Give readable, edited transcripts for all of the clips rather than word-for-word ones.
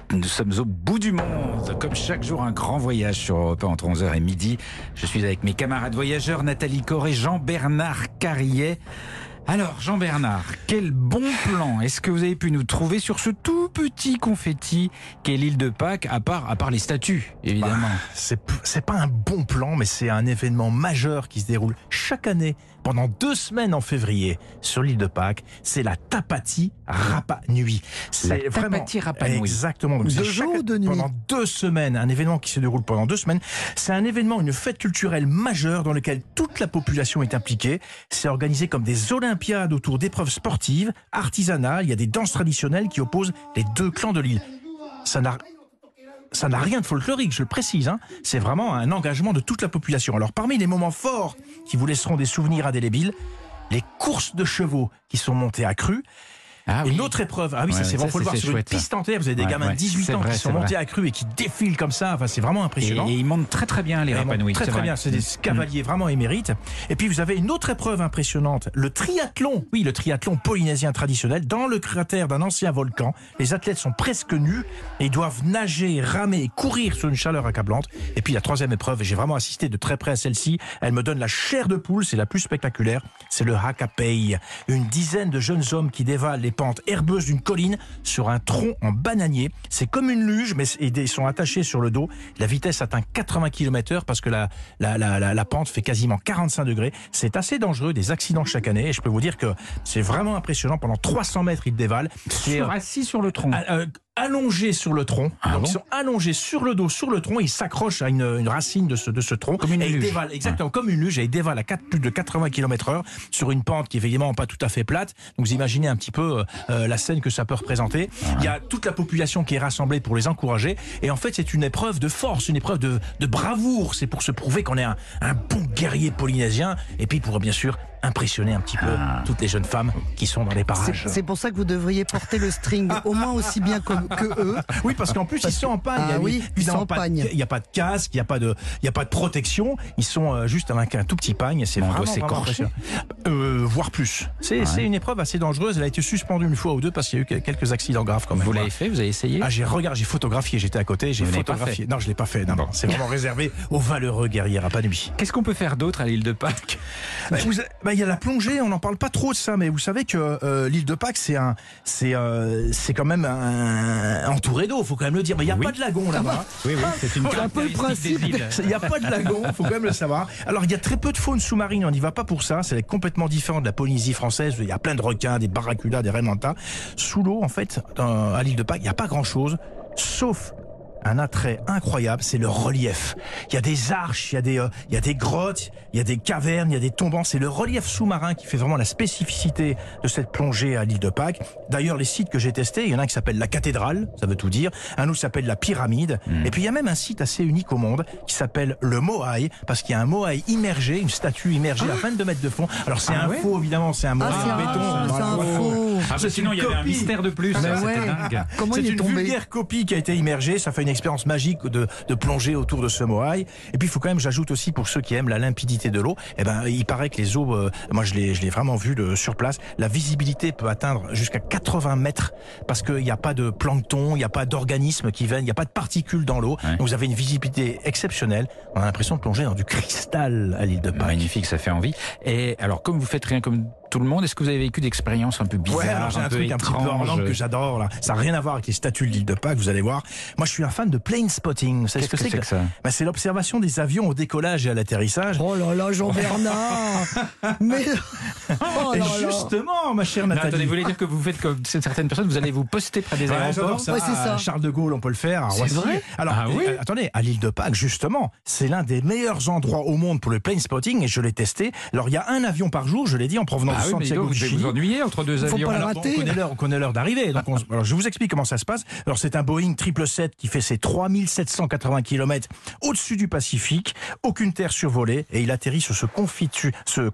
Nous sommes au bout du monde. Comme chaque jour, un grand voyage sur Europe 1 entre 11h et midi. Je suis avec mes camarades voyageurs, Nathalie Corré et Jean-Bernard Carrier. Alors, Jean-Bernard, quel bon plan est-ce que vous avez pu nous trouver sur ce tout petit confetti qu'est l'île de Pâques, à part les statues, évidemment? C'est pas un bon plan, mais c'est un événement majeur qui se déroule chaque année pendant 2 semaines en février sur l'île de Pâques. C'est la Tapati Rapa Nui. C'est vraiment Tapati Rapa Nui. Exactement. Donc, de jour ou de nuit? Pendant 2 semaines, un événement qui se déroule pendant 2 semaines. C'est un événement, une fête culturelle majeure dans laquelle toute la population est impliquée. C'est organisé comme des Olympiades autour d'épreuves sportives, artisanales. Il y a des danses traditionnelles qui opposent les 2 clans de l'île. Ça n'a rien de folklorique, je le précise. C'est vraiment un engagement de toute la population. Alors, parmi les moments forts qui vous laisseront des souvenirs indélébiles, les courses de chevaux qui sont montées à crue. Ah oui. Une autre épreuve, c'est bon, faut le voir sur une piste entière. Vous avez des gamins de 18 ans qui sont montés à crue et qui défilent comme ça. Enfin, c'est vraiment impressionnant. Et ils montent très très bien les Rapa Nui. Très très bien, c'est des cavaliers vraiment émérites. Et puis vous avez une autre épreuve impressionnante, le triathlon. Oui, le triathlon polynésien traditionnel dans le cratère d'un ancien volcan. Les athlètes sont presque nus et ils doivent nager, ramer et courir sous une chaleur accablante. Et puis la troisième épreuve, et j'ai vraiment assisté de très près à celle-ci, elle me donne la chair de poule, c'est la plus spectaculaire, c'est le Hakapei. Une dizaine de jeunes hommes qui dévalent les pentes herbeuses d'une colline sur un tronc en bananier. C'est comme une luge, mais ils sont attachés sur le dos. La vitesse atteint 80 km/h parce que la pente fait quasiment 45 degrés. C'est assez dangereux, des accidents chaque année. Et je peux vous dire que c'est vraiment impressionnant. Pendant 300 mètres, ils dévalent. Assis sur le tronc. Allongés sur le tronc. Donc ils sont allongés sur le dos, sur le tronc. Ils s'accrochent à une racine de ce tronc. Comme une et luge. Ils dévalent, exactement, comme une luge. Et ils dévalent à plus de 80 km/h sur une pente qui est évidemment pas tout à fait plate. Donc vous imaginez un petit peu la scène que ça peut représenter. Il y a toute la population qui est rassemblée pour les encourager. Et en fait, c'est une épreuve de force, une épreuve de bravoure. C'est pour se prouver qu'on est un bon guerrier polynésien. Et puis pour bien sûr impressionner un petit peu toutes les jeunes femmes qui sont dans les parages. C'est pour ça que vous devriez porter le string au moins aussi bien que eux. Oui, parce qu'en plus ils sont en pagne. Ils sont en pagne. Il n'y a pas de casque, il n'y a pas de protection. Ils sont juste avec un tout petit pagne. C'est vraiment impressionnant. Voire plus. C'est une épreuve assez dangereuse. Elle a été suspendue une fois ou deux parce qu'il y a eu quelques accidents graves quand même. Vous l'avez fait? Vous avez essayé? J'ai photographié. J'étais à côté. J'ai photographié. Non, je l'ai pas fait. Non, c'est vraiment réservé aux valeureux guerriers Rapa Nui. Qu'est-ce qu'on peut faire d'autre à l'île de Pâques? Il y a la plongée. On n'en parle pas trop de ça, mais vous savez que l'île de Pâques, c'est quand même entouré d'eau. Faut quand même le dire. Mais il n'y a pas de lagon là-bas. Oui, c'est une caractéristique des îles. Il n'y a pas de lagon, il faut quand même le savoir. Alors, il y a très peu de faune sous-marine, on n'y va pas pour ça. C'est complètement différent de la Polynésie française. Il y a plein de requins, des barracudas, des raimentas. Sous l'eau, en fait, à l'île de Pâques, il n'y a pas grand-chose, sauf un attrait incroyable, c'est le relief. Il y a des arches, il y a des grottes, il y a des cavernes, il y a des tombants. C'est le relief sous-marin qui fait vraiment la spécificité de cette plongée à l'île de Pâques. D'ailleurs, les sites que j'ai testés, il y en a un qui s'appelle la cathédrale, ça veut tout dire. Un autre s'appelle la pyramide. Et puis il y a même un site assez unique au monde qui s'appelle le Moai, parce qu'il y a un Moai immergé, une statue immergée à 22 mètres de fond. Alors c'est faux, évidemment, c'est un Moai en béton. C'est un faux. Sinon, il y avait un mystère de plus. C'était dingue. Comment c'est il est une tombé? vulgaire copie qui a été immergée. Ça fait une expérience magique de plonger autour de ce Moai. Et puis il faut quand même, j'ajoute aussi pour ceux qui aiment la limpidité de l'eau, il paraît que les eaux, moi je l'ai vraiment vu sur place, la visibilité peut atteindre jusqu'à 80 mètres parce qu'il n'y a pas de plancton, il n'y a pas d'organismes qui viennent, il n'y a pas de particules dans l'eau. Donc vous avez une visibilité exceptionnelle. On a l'impression de plonger dans du cristal à l'île de Pâques. Magnifique, ça fait envie. Et alors, comme vous faites rien comme tout le monde, est-ce que vous avez vécu d'expériences un peu bizarres, j'ai un truc étranges, un petit peu hors norme que j'adore là. Ça n'a rien à voir avec les statues de l'île de Pâques, vous allez voir. Moi, je suis un fan de plane spotting. Vous savez Qu'est-ce que c'est que ça? C'est l'observation des avions au décollage et à l'atterrissage. Oh là là, Jean-Bernard. Mais Et justement, ma chère Nathalie. Attendez, vous voulez dire que vous faites comme certaines personnes, vous allez vous poster près des aéroports? J'adore ça. Ouais, c'est ça. À Charles de Gaulle, on peut le faire. C'est vrai? Alors, attendez, à l'île de Pâques, justement, c'est l'un des meilleurs endroits au monde pour le plane spotting et je l'ai testé. Alors, il y a un avion par jour, je l'ai dit, en provenance de Santiago de Chili. Vous ennuyez entre deux Faut avions. pas le Alors, rater. On connaît l'heure d'arrivée. Alors, je vous explique comment ça se passe. Alors, c'est un Boeing 777 qui fait ses 3780 km au-dessus du Pacifique. Aucune terre survolée. Et il atterrit sur ce confetti,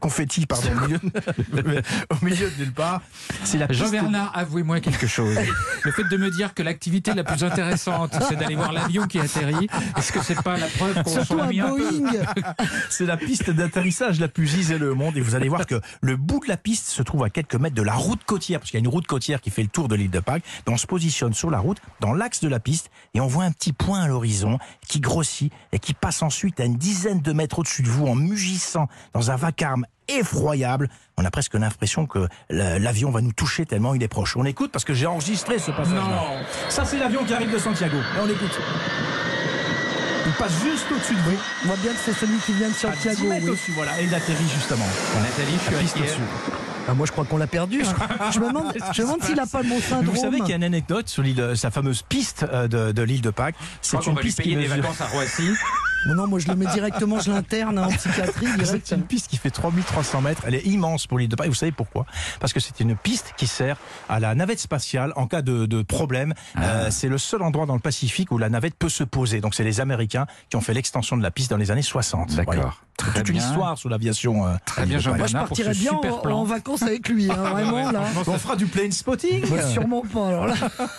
au milieu de nulle part. C'est la piste. Jean-Bernard, avouez-moi quelque chose. Le fait de me dire que l'activité la plus intéressante, c'est d'aller voir l'avion qui atterrit, est-ce que c'est pas la preuve qu'on s'ennuie un peu? Boeing. C'est la piste d'atterrissage la plus isolée au monde. Et vous allez voir que le bout de la la piste se trouve à quelques mètres de la route côtière, parce qu'il y a une route côtière qui fait le tour de l'île de Pâques. On se positionne sur la route, dans l'axe de la piste, et on voit un petit point à l'horizon qui grossit et qui passe ensuite à une dizaine de mètres au-dessus de vous en mugissant dans un vacarme effroyable. On a presque l'impression que l'avion va nous toucher tellement il est proche. On écoute parce que j'ai enregistré ce passage. Non. Ça, c'est l'avion qui arrive de Santiago. Et on écoute. Il passe juste au-dessus de vous. On voit bien que c'est celui qui vient de À 10 Santiago. mètres Oui. au-dessus, voilà. Et il atterrit justement. Nathalie, je La piste suis inquiet. au-dessus. Ah, moi, je crois qu'on l'a perdu. Hein. Je me demande s'il n'a pas le bon Mais syndrome. vous savez qu'il y a une anecdote sur sa fameuse piste de l'île de Pâques. Je crois qu'on va lui payer des vacances à Roissy. Non, moi, je le mets directement, je l'interne en psychiatrie. Direct. C'est une piste qui fait 3300 mètres. Elle est immense pour l'île de Pâques. Et vous savez pourquoi? Parce que c'est une piste qui sert à la navette spatiale en cas de problème. C'est le seul endroit dans le Pacifique où la navette peut se poser. Donc c'est les Américains qui ont fait l'extension de la piste dans les années 60. D'accord. Voilà. Très Toute une bien. histoire sur l'aviation. Très bien, Moi, je Jean-Bernard, pour ce partirais bien super plan. en vacances avec lui. Hein, vraiment, là. On fera du plane spotting. Sûrement pas. Alors là.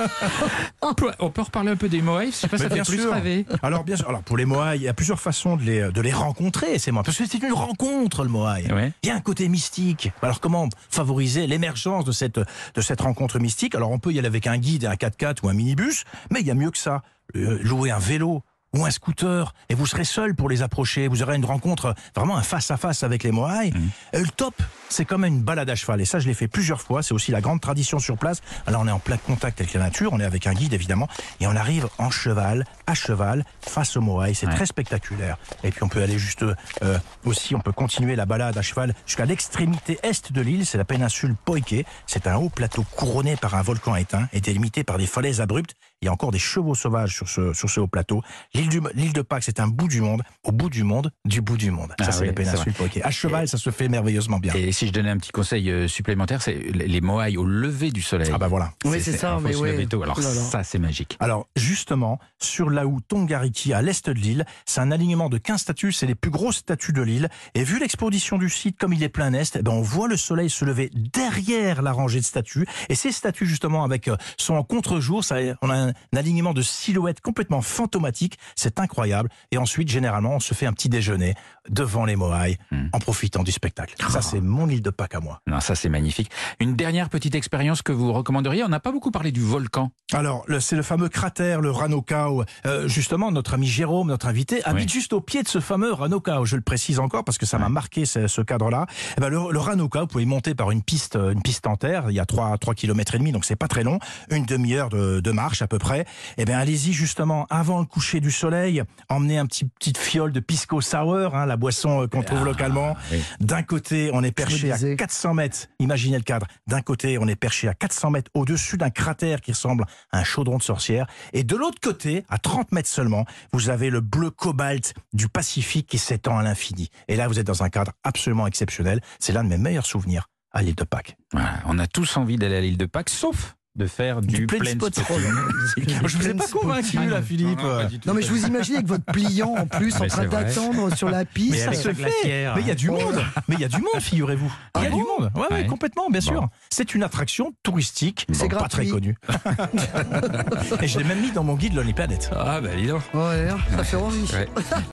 On peut reparler un peu des Moaves. Je sais pas, ça Mais fait bien plus sûr. rêver. Alors bien sûr. Alors pour les Moaïs, il y a plusieurs façons de les rencontrer, ces Moaïs. Parce que c'est une rencontre, le Moaï. Ouais. Il y a un côté mystique. Alors comment favoriser l'émergence de cette rencontre mystique? Alors on peut y aller avec un guide, un 4x4 ou un minibus, mais il y a mieux que ça. Louer un vélo ou un scooter, et vous serez seul pour les approcher. Vous aurez une rencontre, vraiment un face-à-face avec les Moaïs. Et le top, c'est comme une balade à cheval. Et ça, je l'ai fait plusieurs fois. C'est aussi la grande tradition sur place. Alors, on est en plein contact avec la nature. On est avec un guide, évidemment. Et on arrive à cheval, face aux Moaïs. C'est très spectaculaire. Et puis, on peut aller juste aussi, on peut continuer la balade à cheval jusqu'à l'extrémité est de l'île. C'est la péninsule Poike. C'est un haut plateau couronné par un volcan éteint et délimité par des falaises abruptes. Il y a encore des chevaux sauvages sur ce haut plateau. L'île de Pâques, c'est un bout du monde, au bout du monde, du bout du monde. Ça, c'est la péninsule Poike. À cheval, ça se fait merveilleusement bien. Et si je donnais un petit conseil supplémentaire, c'est les Moaïs au lever du soleil. Ah bah voilà. Oui, c'est ça. faut Mais se ouais. lever tôt. Alors Oh là là. ça, c'est magique. Alors justement, sur l'Aou Tongariki, à l'est de l'île, c'est un alignement de 15 statues, c'est les plus grosses statues de l'île. Et vu l'exposition du site, comme il est plein est, on voit le soleil se lever derrière la rangée de statues. Et ces statues, justement, sont en contre-jour. On a un alignement de silhouettes complètement fantomatique. C'est incroyable. Et ensuite, généralement, on se fait un petit déjeuner devant les Moaïs en profitant du spectacle. Ça, c'est mon île de Pâques à moi. Non, ça c'est magnifique. Une dernière petite expérience que vous recommanderiez. On n'a pas beaucoup parlé du volcan. Alors, c'est le fameux cratère, le Ranokau. Justement, notre ami Jérôme, notre invité, habite juste au pied de ce fameux Ranokau. Je le précise encore parce que ça m'a marqué ce cadre-là. Le Ranokau, vous pouvez y monter par une piste en terre. Il y a 3 km et demi, donc c'est pas très long. Une demi-heure de marche à peu près. Allez-y justement avant le coucher du soleil. Emmenez un petite fiole de pisco sour, la boisson qu'on trouve localement. Oui. D'un côté, on est perché à 400 mètres. Imaginez le cadre. D'un côté, on est perché à 400 mètres au-dessus d'un cratère qui ressemble à un chaudron de sorcière. Et de l'autre côté, à 30 mètres seulement, vous avez le bleu cobalt du Pacifique qui s'étend à l'infini. Et là, vous êtes dans un cadre absolument exceptionnel. C'est l'un de mes meilleurs souvenirs à l'île de Pâques. Voilà, on a tous envie d'aller à l'île de Pâques, sauf de faire du plane plane spotting. spotting. Je vous ai pas convaincu, là, Philippe. Non, mais je vous imagine avec votre pliant en plus en Mais train c'est vrai. d'attendre sur la Mais piste. ça avec se la fait. glacière. Mais il y a du monde. Mais il y a du monde, figurez-vous. Il y a Ah du bon monde. Ouais, Ouais. complètement, bien sûr. Bon. C'est une attraction touristique, C'est pas très gratuit. connue. Et je l'ai même mis dans mon guide Lonely Planet. Ah bah dis donc. Ouais, ça fait envie. Ouais.